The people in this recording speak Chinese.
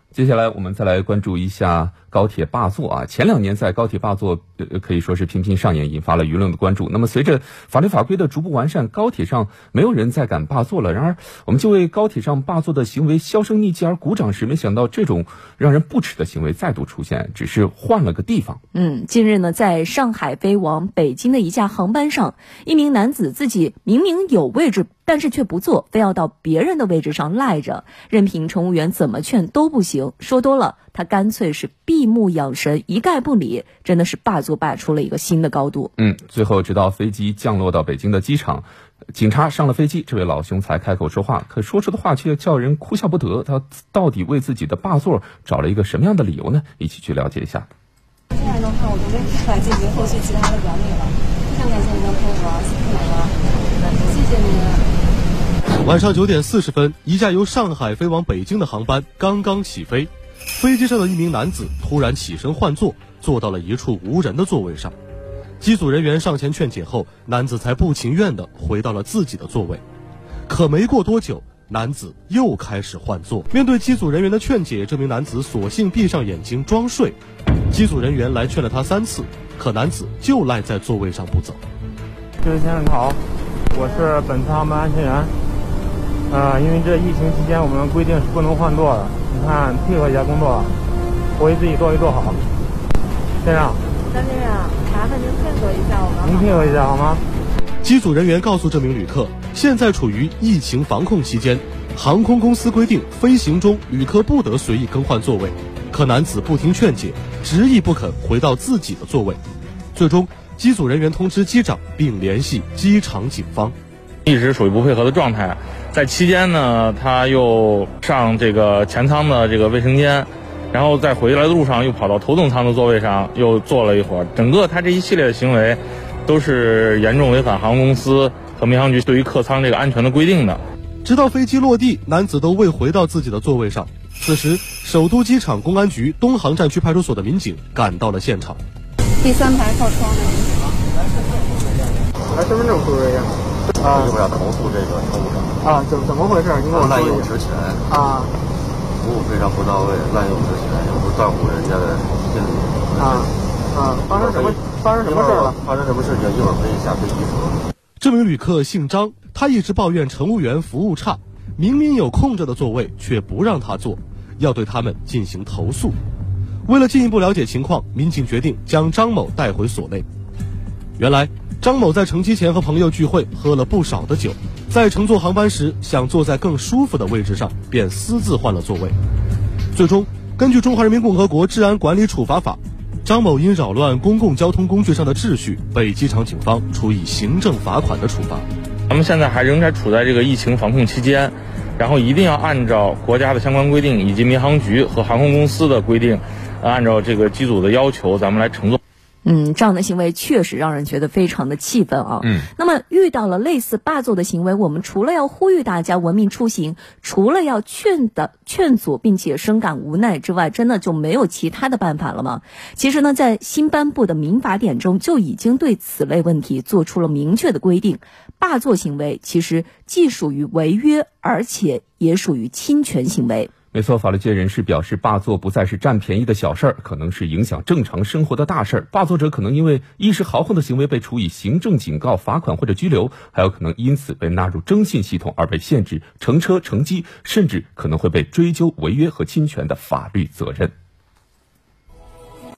接下来我们再来关注一下高铁霸座啊。前2年在高铁霸座可以说是频频上演，引发了舆论的关注。那么随着法律法规的逐步完善，高铁上没有人再敢霸座了。然而我们就为高铁上霸座的行为销声匿迹而鼓掌时，没想到这种让人不齿的行为再度出现，只是换了个地方。 近日呢，在上海飞往北京的一架航班上，一名男子自己明明有位置，但是却不坐，非要到别人的位置上赖着，任凭乘务员怎么劝都不行。说多了，他干脆是闭目养神，一概不理，真的是霸座霸出了一个新的高度。 最后直到飞机降落到北京的机场，警察上了飞机，这位老兄才开口说话，可说出的话却叫人哭笑不得。他到底为自己的霸座找了一个什么样的理由呢？一起去了解一下。 现在的话，我准备来进行后续其他的管理了，非常感谢您的配合，辛苦了，谢谢您。 晚上9点40分，一架由上海飞往北京的航班刚刚起飞，飞机上的一名男子突然起身换座，坐到了一处无人的座位上。机组人员上前劝解后，男子才不情愿地回到了自己的座位。可没过多久，男子又开始换座。面对机组人员的劝解，这名男子索性闭上眼睛装睡。机组人员来劝了他3次，可男子就赖在座位上不走。 这位先生好，我是本次航班安全员。因为这疫情期间我们规定是不能换座的，你看配合一下工作，我为自己座位坐好。先生， 张先生，麻烦您配合一下我们。 您配合一下好吗？ 机组人员告诉这名旅客，现在处于疫情防控期间，航空公司规定飞行中旅客不得随意更换座位。可男子不听劝解，执意不肯回到自己的座位。最终，机组人员通知机长并联系机场警方。 一直属于不配合的状态，在期间呢，他又上这个前舱的这个卫生间，然后在回来的路上又跑到头等舱的座位上又坐了一会儿。整个他这一系列的行为都是严重违反航空公司和民航局对于客舱这个安全的规定的。 直到飞机落地，男子都未回到自己的座位上。此时，首都机场公安局东航站区派出所的民警赶到了现场。 第3排靠窗的。 来，身份证出示一下。 就是要投诉这个乘务长。 怎么回事？您给我滥用职权。服务非常不到位，滥用职权，也不照顾人家的心理。 发生什么事了？ 发生什么事情？一会儿可以下飞机说。 这名旅客姓张，他一直抱怨乘务员服务差，明明有空着的座位却不让他坐，要对他们进行投诉。为了进一步了解情况，民警决定将张某带回所内。原来张某在乘机前和朋友聚会，喝了不少的酒，在乘坐航班时想坐在更舒服的位置上，便私自换了座位。最终，根据《中华人民共和国治安管理处罚法》，张某因扰乱公共交通工具上的秩序，被机场警方处以行政罚款的处罚。 咱们现在仍然处在这个疫情防控期间，然后一定要按照国家的相关规定以及民航局和航空公司的规定，按照这个机组的要求，咱们来乘坐。 这样的行为确实让人觉得非常的气愤啊。那么遇到了类似霸座的行为，我们除了要呼吁大家文明出行，除了要劝阻并且深感无奈之外，真的就没有其他的办法了吗？其实呢，在新颁布的民法典中就已经对此类问题做出了明确的规定。霸座行为其实既属于违约，而且也属于侵权行为。 没错，法律界人士表示，霸座不再是占便宜的小事儿，可能是影响正常生活的大事儿。霸座者可能因为一时豪横的行为被处以行政警告、罚款或者拘留，还有可能因此被纳入征信系统而被限制乘车乘机，甚至可能会被追究违约和侵权的法律责任。